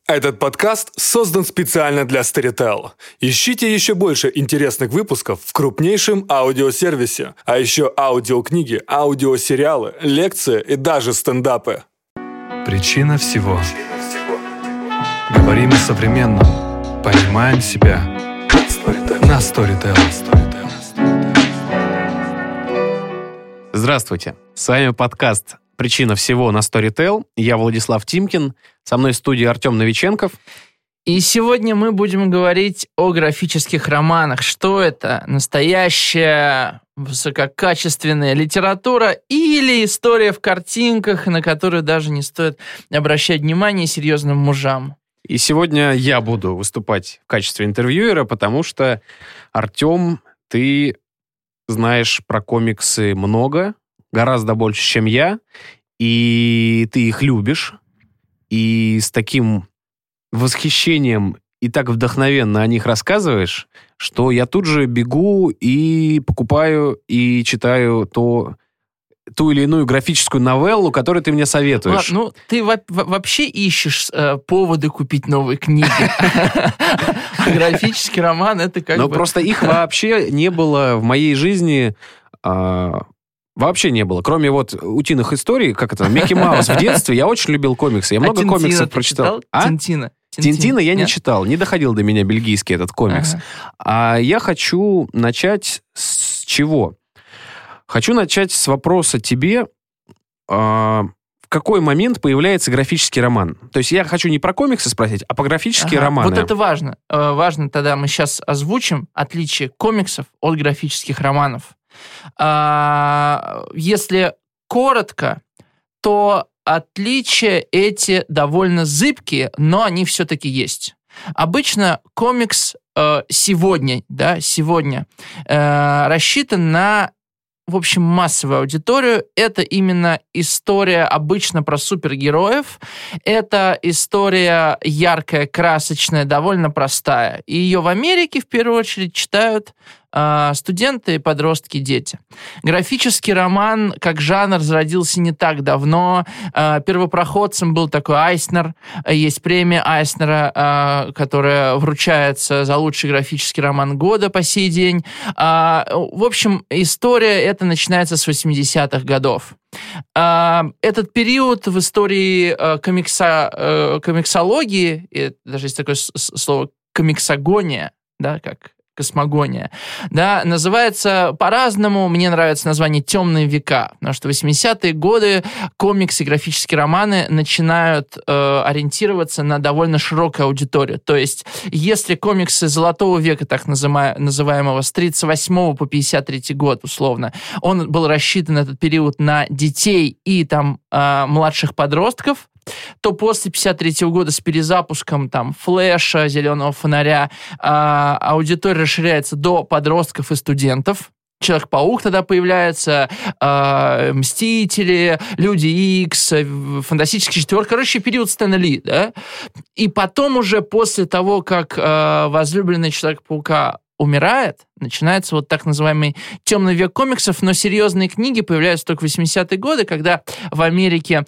Этот подкаст создан специально для Storytel. Ищите еще больше интересных выпусков в крупнейшем аудиосервисе, а еще аудиокниги, аудиосериалы, лекции и даже стендапы. Причина всего. Говорим о современном. Понимаем себя. На Storytel. Здравствуйте, с вами подкаст «Причина всего» на Storytel. Я Владислав Тимкин, со мной в студии Артем Новиченков. И сегодня мы будем говорить о графических романах. Что это? Настоящая высококачественная литература или история в картинках, на которую даже не стоит обращать внимание серьезным мужам? И сегодня я буду выступать в качестве интервьюера, потому что, Артем, ты знаешь про комиксы много, гораздо больше, чем я, и ты их любишь, и с таким восхищением и так вдохновенно о них рассказываешь, что я тут же бегу и покупаю и читаю ту или иную графическую новеллу, которую ты мне советуешь. Ладно, ты вообще ищешь поводы купить новые книги. Графический роман — это как бы... Но просто их вообще не было в моей жизни... Вообще не было. Кроме вот утиных историй, как это, Микки Маус в детстве, я очень любил комиксы. Я много комиксов прочитал. Тинтина я не читал, не доходил до меня бельгийский этот комикс. А я хочу начать с чего? Хочу начать с вопроса тебе, в какой момент появляется графический роман? То есть я хочу не про комиксы спросить, а про графические романы. Вот это важно. Важно тогда мы сейчас озвучим отличие комиксов от графических романов. Если коротко, то отличия эти довольно зыбкие, но они все-таки есть. Обычно комикс сегодня рассчитан на, в общем, массовую аудиторию. Это именно история обычно про супергероев. Это история яркая, красочная, довольно простая. И ее в Америке, в первую очередь, читают студенты, подростки, дети. Графический роман как жанр зародился не так давно. Первопроходцем был такой Айснер. Есть премия Айснера, которая вручается за лучший графический роман года по сей день. В общем, история эта начинается с 80-х годов. Этот период в истории комиксологии, даже есть такое слово комиксогония, да, как космогония, да, называется по-разному. Мне нравится название «Темные века», потому что в 80-е годы комиксы и графические романы начинают ориентироваться на довольно широкую аудиторию. То есть, если комиксы «Золотого века», так называемого, с 38 по 53 год, условно, он был рассчитан, этот период, на детей и там младших подростков, то после 53 года с перезапуском там Флэша, Зеленого фонаря аудитория расширяется до подростков и студентов. Человек-паук тогда появляется, Мстители, Люди Икс, Фантастический четверка, короче, период Стэна Ли, да? И потом уже после того, как возлюбленный Человека-паука умирает, начинается вот так называемый темный век комиксов, но серьезные книги появляются только в 80-е годы, когда в Америке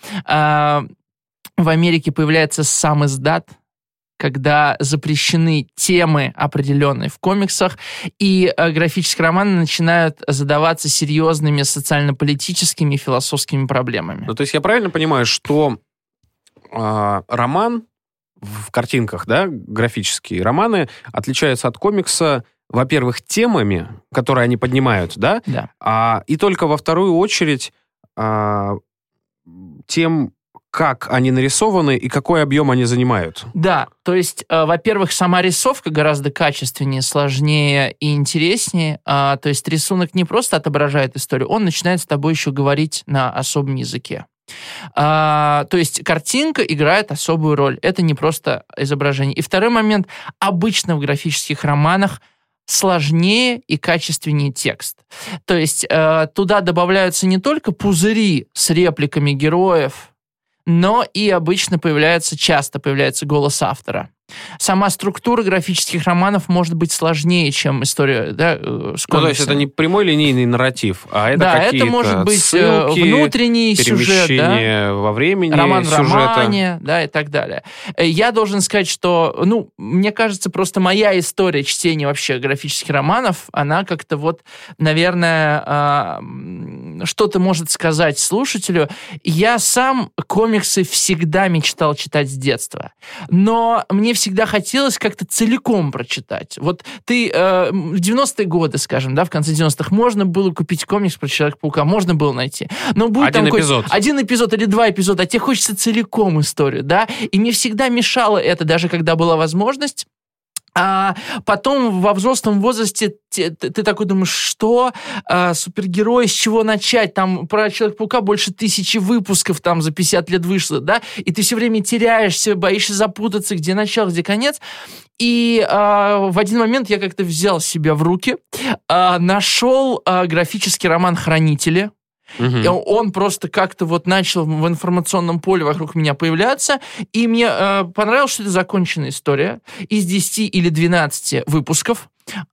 появляется сам издат, когда запрещены темы определенные в комиксах, и графические романы начинают задаваться серьезными социально-политическими и философскими проблемами. Ну, то есть я правильно понимаю, что роман в картинках, да, графические романы отличаются от комикса, во-первых, темами, которые они поднимают, да? Да. И только во вторую очередь тем, как они нарисованы и какой объем они занимают. Да, то есть, во-первых, сама рисовка гораздо качественнее, сложнее и интереснее. То есть рисунок не просто отображает историю, он начинает с тобой еще говорить на особом языке. То есть картинка играет особую роль. Это не просто изображение. И второй момент. Обычно в графических романах сложнее и качественнее текст. То есть туда добавляются не только пузыри с репликами героев, но и обычно часто появляется голос автора. сама структура графических романов может быть сложнее, чем история, да, с комиксами. Ну, то есть это не прямой линейный нарратив, а это какие-то это может быть ссылки, внутренний сюжет, да? во времени роман сюжета. в романе, да, и так далее. Я должен сказать, что, мне кажется, просто моя история чтения вообще графических романов, она как-то вот, наверное, что-то может сказать слушателю. Я сам комиксы всегда мечтал читать с детства, но мне всегда хотелось как-то целиком прочитать. Вот ты в 90-е годы, скажем, да, в конце 90-х можно было купить комикс про Человека-паука, можно было найти. Но будет один эпизод. Один эпизод или два эпизода, а тебе хочется целиком историю, да? И мне всегда мешало это, даже когда была возможность. А потом во взрослом возрасте ты такой думаешь, что супергерой, с чего начать? Там про Человека-паука больше 1000 выпусков там за 50 лет вышло, да? И ты все время теряешься, боишься запутаться, где начало, где конец. И в один момент я как-то взял себя в руки, нашел графический роман «Хранители». И он просто как-то вот начал в информационном поле вокруг меня появляться, и мне понравилось, что это законченная история из 10 или 12 выпусков.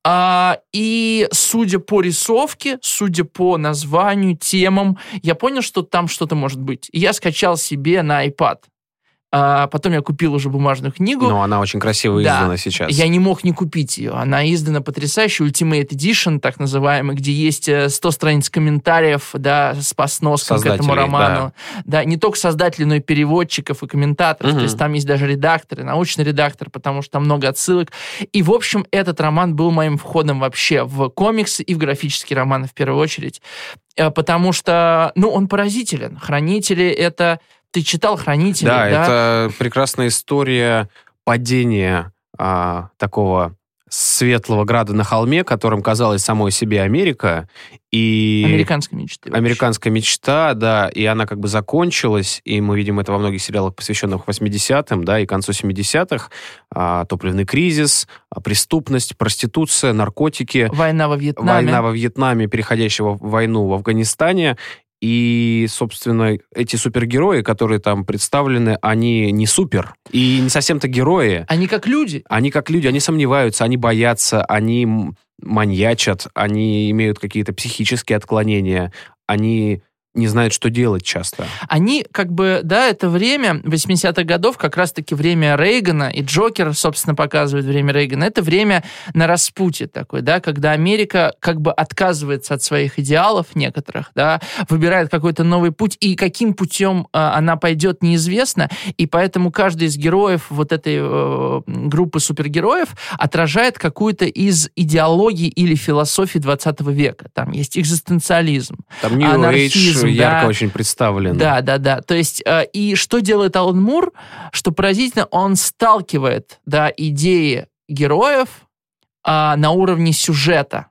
И судя по рисовке, судя по названию, темам, я понял, что там что-то может быть. И я скачал себе на iPad. Потом я купил уже бумажную книгу. Но она очень красиво издана сейчас. Я не мог не купить ее. Она издана потрясающе. Ultimate Edition, так называемый, где есть 100 страниц комментариев, да, по сноскам к этому роману. Да, не только создателей, но и переводчиков и комментаторов. То есть там есть даже редакторы, научный редактор, потому что там много отсылок. И, в общем, этот роман был моим входом вообще в комиксы и в графические романы в первую очередь. Потому что, он поразителен. «Хранители» — это... Ты читал «Хранители», да? Это прекрасная история падения такого светлого града на холме, которым казалась самой себе Америка. И американская мечта. Американская мечта, да, и она как бы закончилась, и мы видим это во многих сериалах, посвященных 80-м, да, и концу 70-х. Топливный кризис, преступность, проституция, наркотики. Война во Вьетнаме, переходящая в войну в Афганистане. И, собственно, эти супергерои, которые там представлены, они не супер. И не совсем-то герои. Они как люди. Они сомневаются, они боятся, они маньячат, они имеют какие-то психические отклонения, они не знают, что делать часто. Они это время 80-х годов, как раз-таки время Рейгана, и Джокер, собственно, показывает время Рейгана. Это время на распутье такое, да, когда Америка как бы отказывается от своих идеалов некоторых, да, выбирает какой-то новый путь, и каким путем она пойдет, неизвестно, и поэтому каждый из героев вот этой группы супергероев отражает какую-то из идеологий или философий 20 века. Там есть экзистенциализм, анархизм, ярко очень представлен. Да. То есть, и что делает Алан Мур? Что поразительно, он сталкивает, да, идеи героев на уровне сюжета.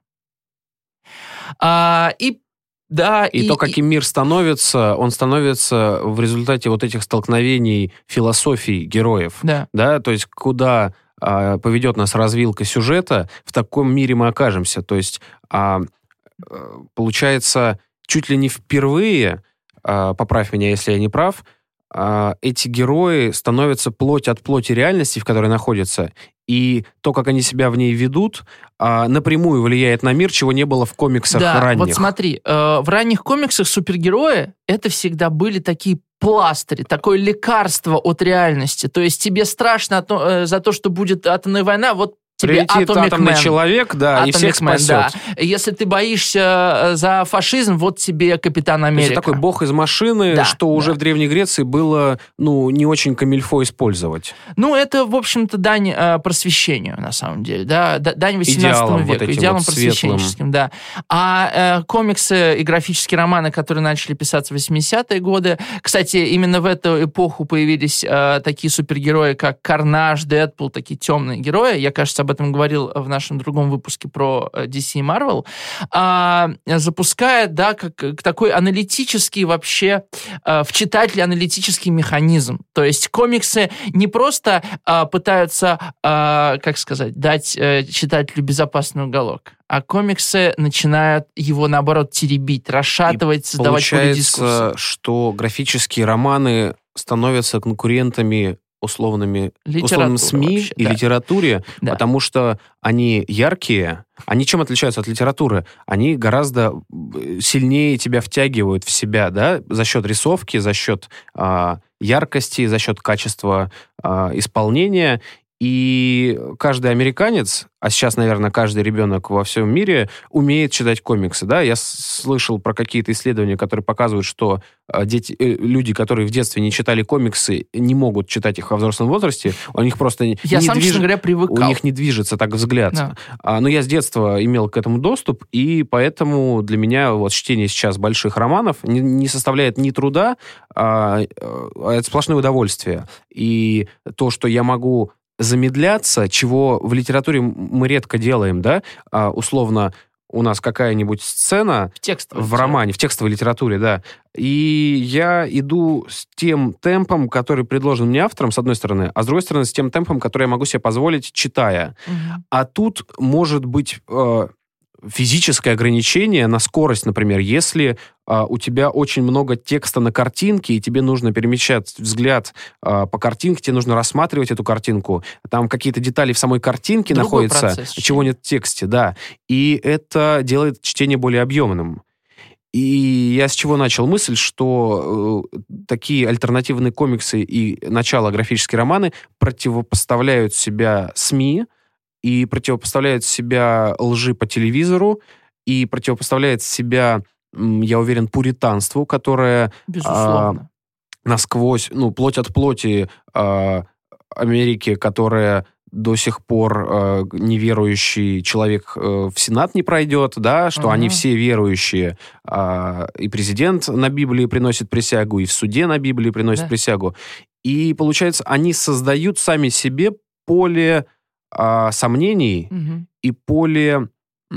То, каким мир становится, он становится в результате вот этих столкновений философий героев. Да, то есть, куда поведет нас развилка сюжета, в таком мире мы окажемся. То есть, получается, чуть ли не впервые, поправь меня, если я не прав, эти герои становятся плоть от плоти реальности, в которой находятся, и то, как они себя в ней ведут, напрямую влияет на мир, чего не было в комиксах ранних. Вот смотри, в ранних комиксах супергерои это всегда были такие пластыри, такое лекарство от реальности. То есть тебе страшно за то, что будет атомная война, вот тебе прилетит атомный человек, да, и всех спасет. Да. Если ты боишься за фашизм, вот тебе Капитан Америка. Это такой бог из машины, что уже в Древней Греции было, не очень камильфо использовать. Это, в общем-то, дань просвещению, на самом деле, да, дань 18 веку, идеалам просвещенческим, да. А комиксы и графические романы, которые начали писаться в 80-е годы, кстати, именно в эту эпоху появились такие супергерои, как Карнаж, Дэдпул, такие темные герои. Я, кажется, об этом говорил в нашем другом выпуске про DC и Marvel, запускает, да, как такой аналитический вообще в читателе аналитический механизм. То есть комиксы не просто пытаются, дать читателю безопасный уголок, а комиксы начинают его, наоборот, теребить, расшатывать, создавать поле дискуссии. Получается, что графические романы становятся конкурентами условными СМИ вообще, и литературе, да. потому что они яркие. Они чем отличаются от литературы? Они гораздо сильнее тебя втягивают в себя, да, за счет рисовки, за счет яркости, за счет качества исполнения. И каждый американец, а сейчас, наверное, каждый ребенок во всем мире умеет читать комиксы, да. Я слышал про какие-то исследования, которые показывают, что люди, которые в детстве не читали комиксы, не могут читать их во взрослом возрасте. У них просто честно говоря, привыкал. У них не движется так взгляд. Да. Но я с детства имел к этому доступ, и поэтому для меня вот чтение сейчас больших романов не составляет ни труда, а это сплошное удовольствие. И то, что я могу замедляться, чего в литературе мы редко делаем, да, условно, у нас какая-нибудь сцена в романе, в текстовой литературе, да, и я иду с тем темпом, который предложен мне автором, с одной стороны, а с другой стороны, с тем темпом, который я могу себе позволить, читая. А тут может быть физическое ограничение на скорость, например, если у тебя очень много текста на картинке, и тебе нужно перемещать взгляд по картинке, тебе нужно рассматривать эту картинку, там какие-то детали в самой картинке находятся, чего нет в тексте, да, и это делает чтение более объемным. И я с чего начал мысль, что такие альтернативные комиксы и начало графические романы противопоставляют себя СМИ, и противопоставляет себя лжи по телевизору, и противопоставляет себя, я уверен, пуританству, которое насквозь, плоть от плоти Америки, которая до сих пор неверующий человек в Сенат не пройдет, да, что они все верующие, и президент на Библии приносит присягу, и в суде на Библии приносит присягу. И, получается, они создают сами себе поле сомнений и поле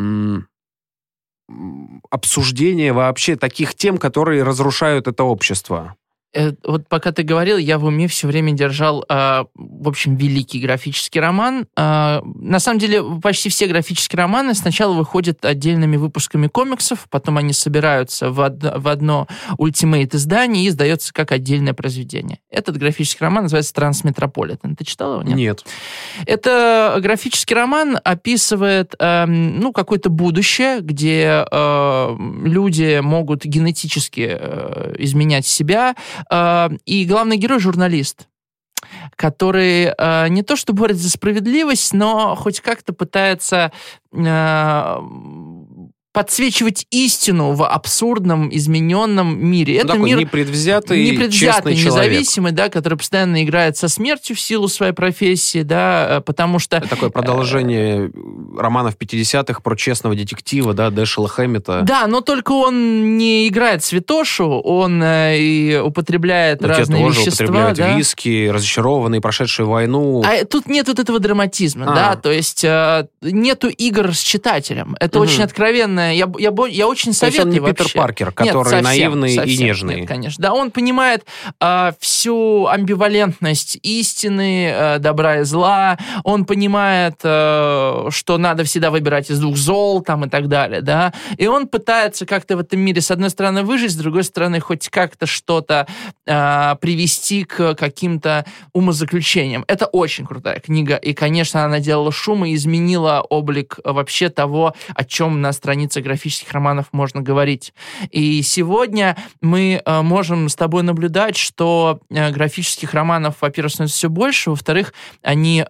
обсуждения вообще таких тем, которые разрушают это общество. Вот пока ты говорил, я в уме все время держал, в общем, великий графический роман. На самом деле, почти все графические романы сначала выходят отдельными выпусками комиксов, потом они собираются в одно ультимейт-издание и издается как отдельное произведение. Этот графический роман называется «Трансметрополитен». Ты читал его? Нет. Это графический роман описывает, какое-то будущее, где люди могут генетически изменять себя. И главный герой — журналист, который не то что борется за справедливость, но хоть как-то пытается подсвечивать истину в абсурдном, измененном мире. Это такой мир непредвзятый, честный независимый, да, который постоянно играет со смертью в силу своей профессии, да, потому что... Это такое продолжение романов 50-х про честного детектива, да, Дэшела Хэммета. Да, но только он не играет святошу, он и употребляет разные вещества. Употребляют виски, разочарованные, прошедшие войну. А тут нет вот этого драматизма, да, то есть нету игр с читателем. Это очень откровенно. Я очень советую. То есть он не Питер Паркер, который наивный и нежный. Нет, конечно. Да, он понимает всю амбивалентность истины, добра и зла. Он понимает, что надо всегда выбирать из двух зол, там, и так далее, да. И он пытается как-то в этом мире, с одной стороны, выжить, с другой стороны, хоть как-то что-то привести к каким-то умозаключениям. Это очень крутая книга. И, конечно, она делала шум и изменила облик вообще того, о чем на странице графических романов можно говорить. И сегодня мы можем с тобой наблюдать, что графических романов, во-первых, становится все больше, во-вторых, они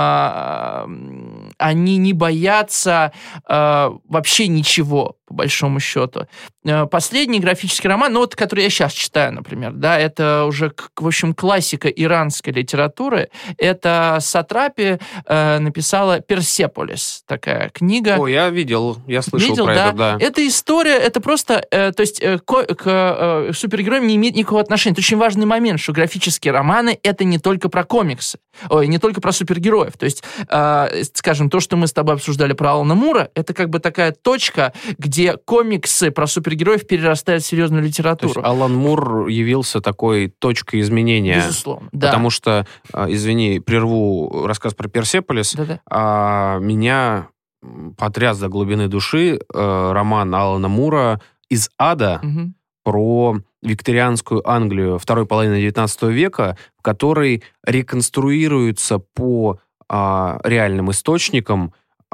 не боятся вообще ничего, по большому счету. Последний графический роман, который я сейчас читаю, например, да, это уже, в общем, классика иранской литературы. Это Сатрапи написала «Персеполис», такая книга. О, я видел, я слышал про это, да. Эта история, это просто, то есть к супергероям не имеет никакого отношения. Это очень важный момент, что графические романы — это не только про комиксы, не только про супергероев. То есть, скажем, то, что мы с тобой обсуждали про Алана Мура, это как бы такая точка, где комиксы про супергероев перерастают в серьезную литературу. То есть Алан Мур явился такой точкой изменения. Безусловно, да. Потому что, извини, прерву рассказ про Персеполис, меня потряс до глубины души роман Алана Мура «Из ада», про викторианскую Англию второй половины XIX века, в которой реконструируется по реальным источникам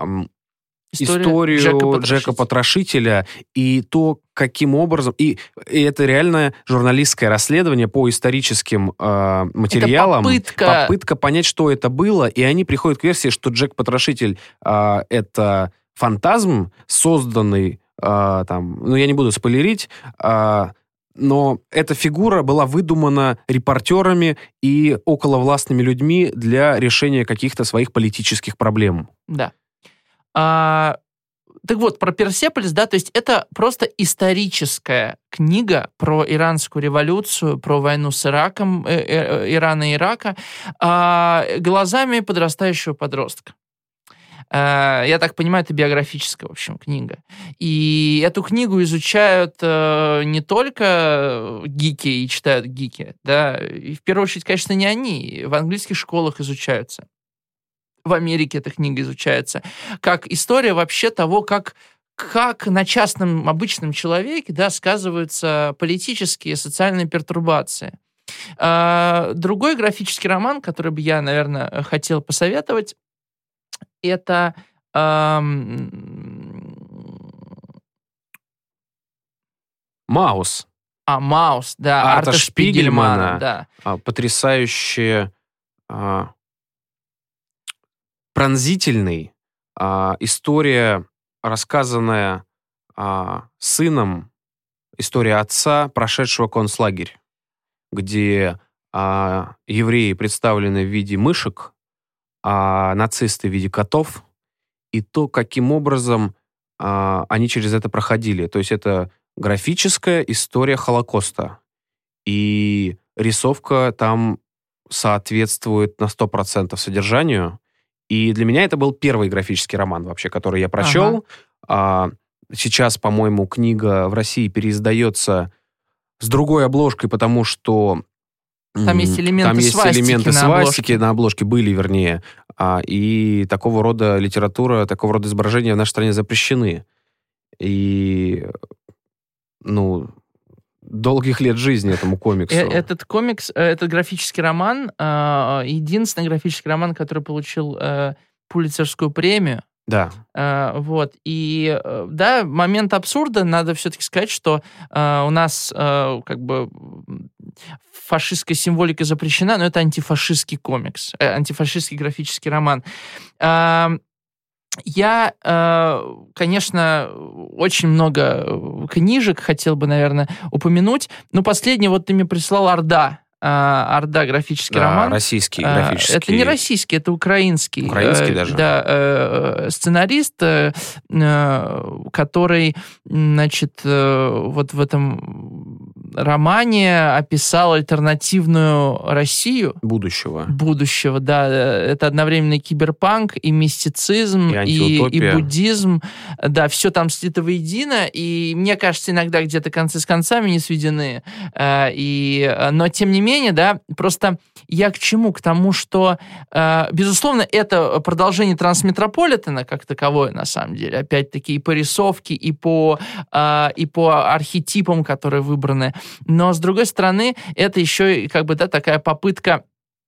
историю Джека Потрошителя и то, каким образом... И это реальное журналистское расследование по историческим материалам. Это попытка понять, что это было, и они приходят к версии, что Джек Потрошитель это фантазм, созданный, я не буду спойлерить, но эта фигура была выдумана репортерами и околовластными людьми для решения каких-то своих политических проблем. Да. Так вот, про Персеполис, да, то есть это просто историческая книга про иранскую революцию, про войну с Ираком, Ирана и Ирака, глазами подрастающего подростка. Я так понимаю, это биографическая, в общем, книга. И эту книгу изучают не только гики и читают гики, да, и в первую очередь, конечно, не они, в английских школах изучаются. В Америке эта книга изучается, как история вообще того, как на частном обычном человеке, да, сказываются политические и социальные пертурбации. Другой графический роман, который бы я, наверное, хотел посоветовать, это «Маус». «Маус», да, Арта Шпигельмана. Да. Потрясающе пронзительный. История, рассказанная сыном, история отца, прошедшего концлагерь, где евреи представлены в виде мышек, а нацисты в виде котов, и то, каким образом они через это проходили. То есть это графическая история Холокоста. И рисовка там соответствует на 100% содержанию. И для меня это был первый графический роман вообще, который я прочел. Сейчас, по-моему, книга в России переиздается с другой обложкой, потому что там есть элементы свастики на обложке были, вернее. И такого рода литература, такого рода изображения в нашей стране запрещены. И, долгих лет жизни этому комиксу. Этот комикс, этот графический роман, единственный графический роман, который получил Пулитцерскую премию. Да. Вот. И, да, момент абсурда, надо все-таки сказать, что у нас фашистская символика запрещена, но это антифашистский комикс, антифашистский графический роман. Я, конечно, очень много книжек хотел бы, наверное, упомянуть, но последний вот ты мне прислал «Орда». «Орда» графический роман. Российский графический. Это не российский, это украинский. Украинский даже? Да, сценарист, который, значит, вот в этом романе описал альтернативную Россию. Будущего, да. Это одновременно киберпанк, и мистицизм, и буддизм. Да, все там слито воедино, и мне кажется, иногда где-то концы с концами не сведены. Но, тем не менее, да, просто я к чему? К тому, что, безусловно, это продолжение Трансметрополитена как таковое, на самом деле. Опять-таки и по рисовке, и по архетипам, которые выбраны. Но, с другой стороны, это еще и такая попытка,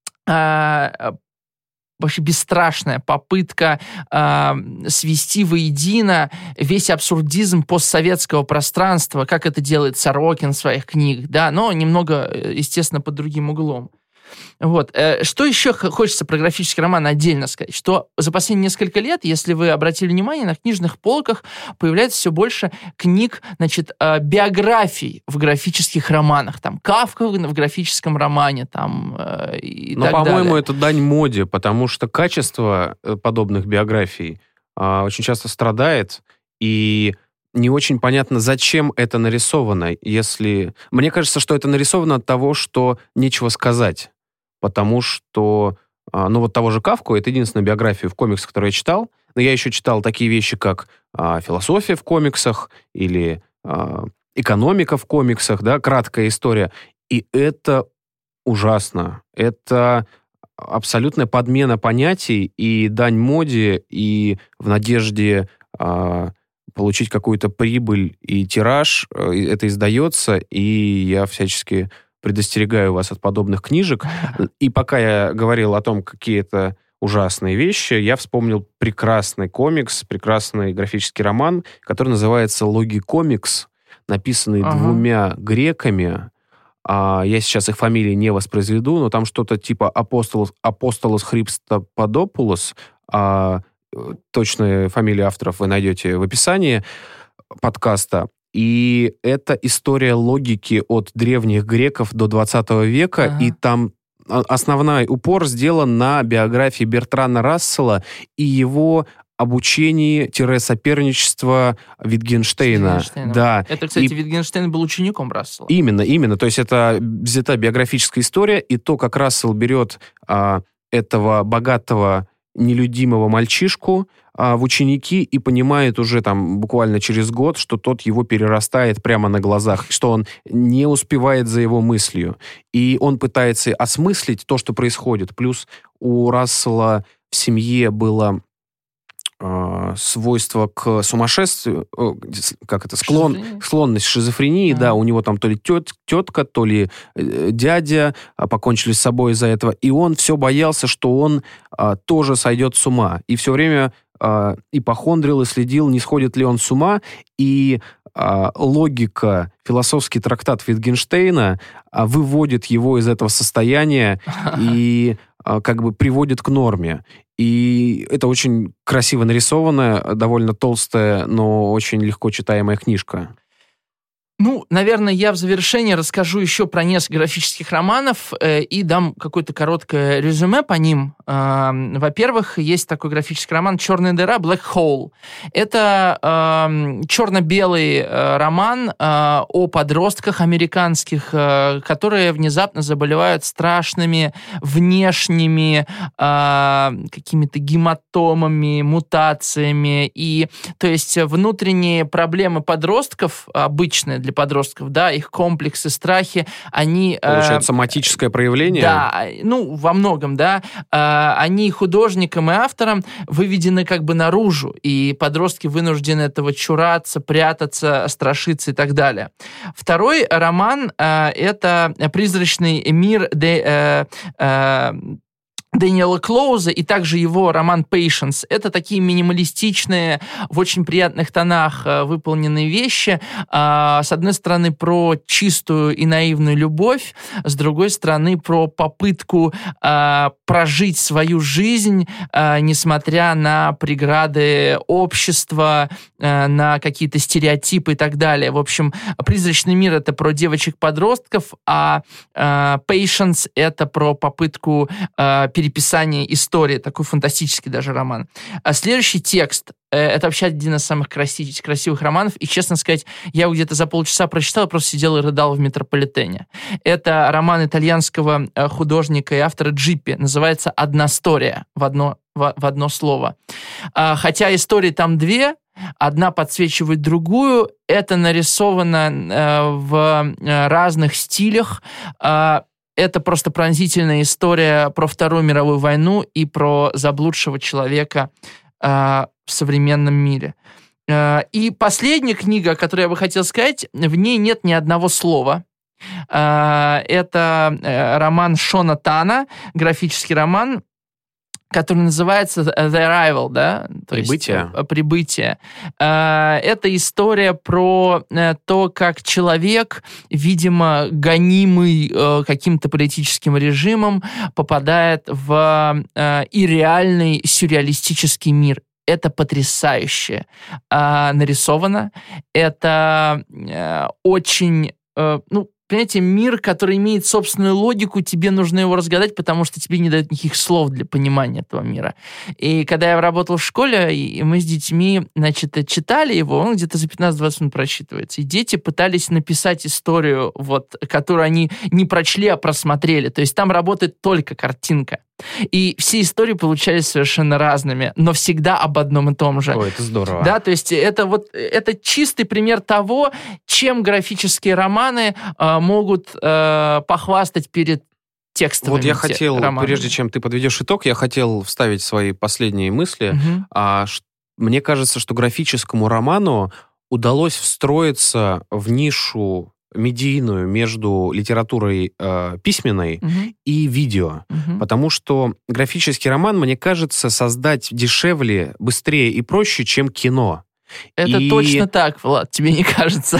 вообще бесстрашная попытка свести воедино весь абсурдизм постсоветского пространства, как это делает Сорокин в своих книгах, да, но немного, естественно, под другим углом. Вот. Что еще хочется про графический роман отдельно сказать, что за последние несколько лет, если вы обратили внимание, на книжных полках появляется все больше книг, значит, биографий в графических романах. Там Кафка в графическом романе, там и но, так далее. по-моему, это дань моде, потому что качество подобных биографий очень часто страдает, и не очень понятно, зачем это нарисовано. Мне кажется, что это нарисовано от того, что нечего сказать. Потому что, вот того же Кафку, это единственная биография в комиксах, которую я читал, но я еще читал такие вещи, как философия в комиксах или экономика в комиксах, да, краткая история. И это ужасно. Это абсолютная подмена понятий и дань моде, и в надежде получить какую-то прибыль и тираж, это издается, и я всячески предостерегаю вас от подобных книжек. И пока я говорил о том, какие это ужасные вещи, я вспомнил прекрасный комикс, прекрасный графический роман, который называется «Логикомикс», написанный двумя греками. Я сейчас их фамилии не воспроизведу, но там что-то типа Апостолос Христоподопулос. Точные фамилии авторов вы найдете в описании подкаста. И это история логики от древних греков до 20 века, и там основной упор сделан на биографии Бертрана Рассела и его обучении-соперничество Витгенштейна. Да. Это, кстати, Витгенштейн был учеником Рассела. Именно. То есть это взята биографическая история, и то, как Рассел берет этого богатого, нелюдимого мальчишку в ученики и понимает уже там буквально через год, что тот его перерастает прямо на глазах, что он не успевает за его мыслью. И он пытается осмыслить то, что происходит. Плюс у Рассела в семье было свойство к сумасшествию, склонность к шизофрении, да, у него там то ли тетка, то ли дядя покончили с собой из-за этого, и он все боялся, что он тоже сойдет с ума, и все время ипохондрил и следил, не сходит ли он с ума, и логика, философский трактат Витгенштейна выводит его из этого состояния и как бы приводит к норме. И это очень красиво нарисованная, довольно толстая, но очень легко читаемая книжка. Ну, наверное, я в завершении расскажу еще про несколько графических романов и дам какое-то короткое резюме по ним. Во-первых, есть такой графический роман «Черная дыра», «Black Hole». Это черно-белый роман о подростках американских, которые внезапно заболевают страшными внешними какими-то гематомами, мутациями. И, то есть, внутренние проблемы подростков, обычные для подростков, да, их комплексы, страхи, они... Получается, соматическое проявление? Да, ну, во многом, да. Они художникам и авторам выведены как бы наружу, и подростки вынуждены этого чураться, прятаться, страшиться и так далее. Второй роман — это «Призрачный мир» Дэниела Клоуза, и также его роман «Patience». Это такие минималистичные, в очень приятных тонах выполненные вещи. С одной стороны, про чистую и наивную любовь, с другой стороны, про попытку прожить свою жизнь, несмотря на преграды общества, на какие-то стереотипы и так далее. В общем, «Призрачный мир» — это про девочек-подростков, а «Patience» — это про попытку переписание истории, такой фантастический даже роман. А следующий текст — это вообще один из самых красивых романов, и, честно сказать, я его где-то за полчаса прочитал, просто сидел и рыдал в метрополитене. Это роман итальянского художника и автора Джиппи, называется «Одна история», в одно слово. Хотя истории там две, одна подсвечивает другую, это нарисовано в разных стилях. Это просто пронзительная история про Вторую мировую войну и про заблудшего человека в современном мире. И последняя книга, о которой я бы хотел сказать, в ней нет ни одного слова. Это роман Шона Тана, графический роман, который называется «The Arrival», да? «Прибытие». Это история про то, как человек, видимо, гонимый каким-то политическим режимом, попадает в ирреальный сюрреалистический мир. Это потрясающе нарисовано. Это очень... Понимаете, мир, который имеет собственную логику, тебе нужно его разгадать, потому что тебе не дают никаких слов для понимания этого мира. И когда я работал в школе, и мы с детьми, читали его, он где-то за 15-20 минут прочитывается. И дети пытались написать историю, которую они не прочли, а просмотрели. То есть там работает только картинка. И все истории получались совершенно разными, но всегда об одном и том же. Ой, это здорово. Да, то есть это чистый пример того, чем графические романы могут похвастать перед текстовыми романами. Вот я хотел, прежде чем ты подведешь итог, я хотел вставить свои последние мысли, мне кажется, что графическому роману удалось встроиться в нишу медийную между литературой письменной и видео. Потому что графический роман, мне кажется, создать дешевле, быстрее и проще, чем кино. Это точно так, Влад, тебе не кажется?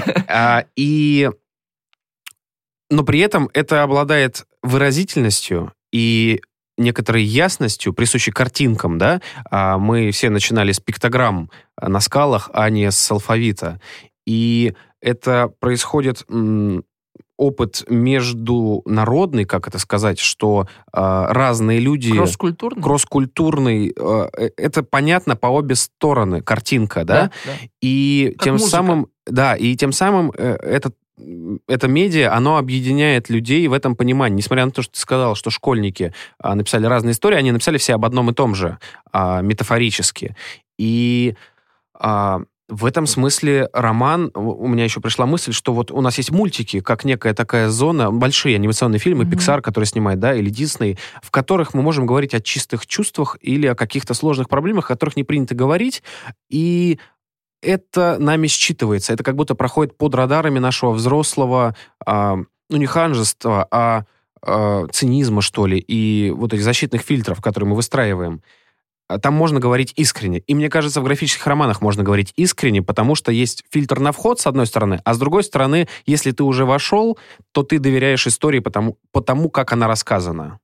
Но при этом это обладает выразительностью и некоторой ясностью, присущей картинкам, да? Мы все начинали с пиктограмм на скалах, а не с алфавита. И это происходит опыт международный, как это сказать, что разные люди... Кросс-культурный? Кросс-культурный. Это понятно по обе стороны, картинка, да? И как тем музыка. самым... Да, и тем самым это медиа, оно объединяет людей в этом понимании. Несмотря на то, что ты сказал, что школьники написали разные истории, они написали все об одном и том же, метафорически. И в этом смысле роман, у меня еще пришла мысль, что вот у нас есть мультики, как некая такая зона, большие анимационные фильмы, Pixar, который снимает, да, или Disney, в которых мы можем говорить о чистых чувствах или о каких-то сложных проблемах, о которых не принято говорить, и это нами считывается. Это как будто проходит под радарами нашего взрослого, не ханжества, а цинизма, что ли, и вот этих защитных фильтров, которые мы выстраиваем. Там можно говорить искренне. И мне кажется, в графических романах можно говорить искренне, потому что есть фильтр на вход, с одной стороны, а с другой стороны, если ты уже вошел, то ты доверяешь истории потому как она рассказана.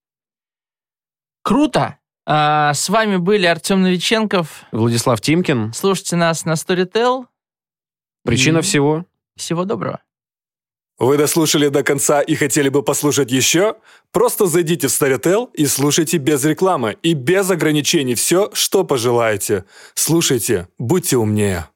Круто! С вами были Артем Новиченков. Владислав Тимкин. Слушайте нас на Storytel. Причина всего. Всего доброго. Вы дослушали до конца и хотели бы послушать еще? Просто зайдите в Storytel и слушайте без рекламы и без ограничений все, что пожелаете. Слушайте, будьте умнее.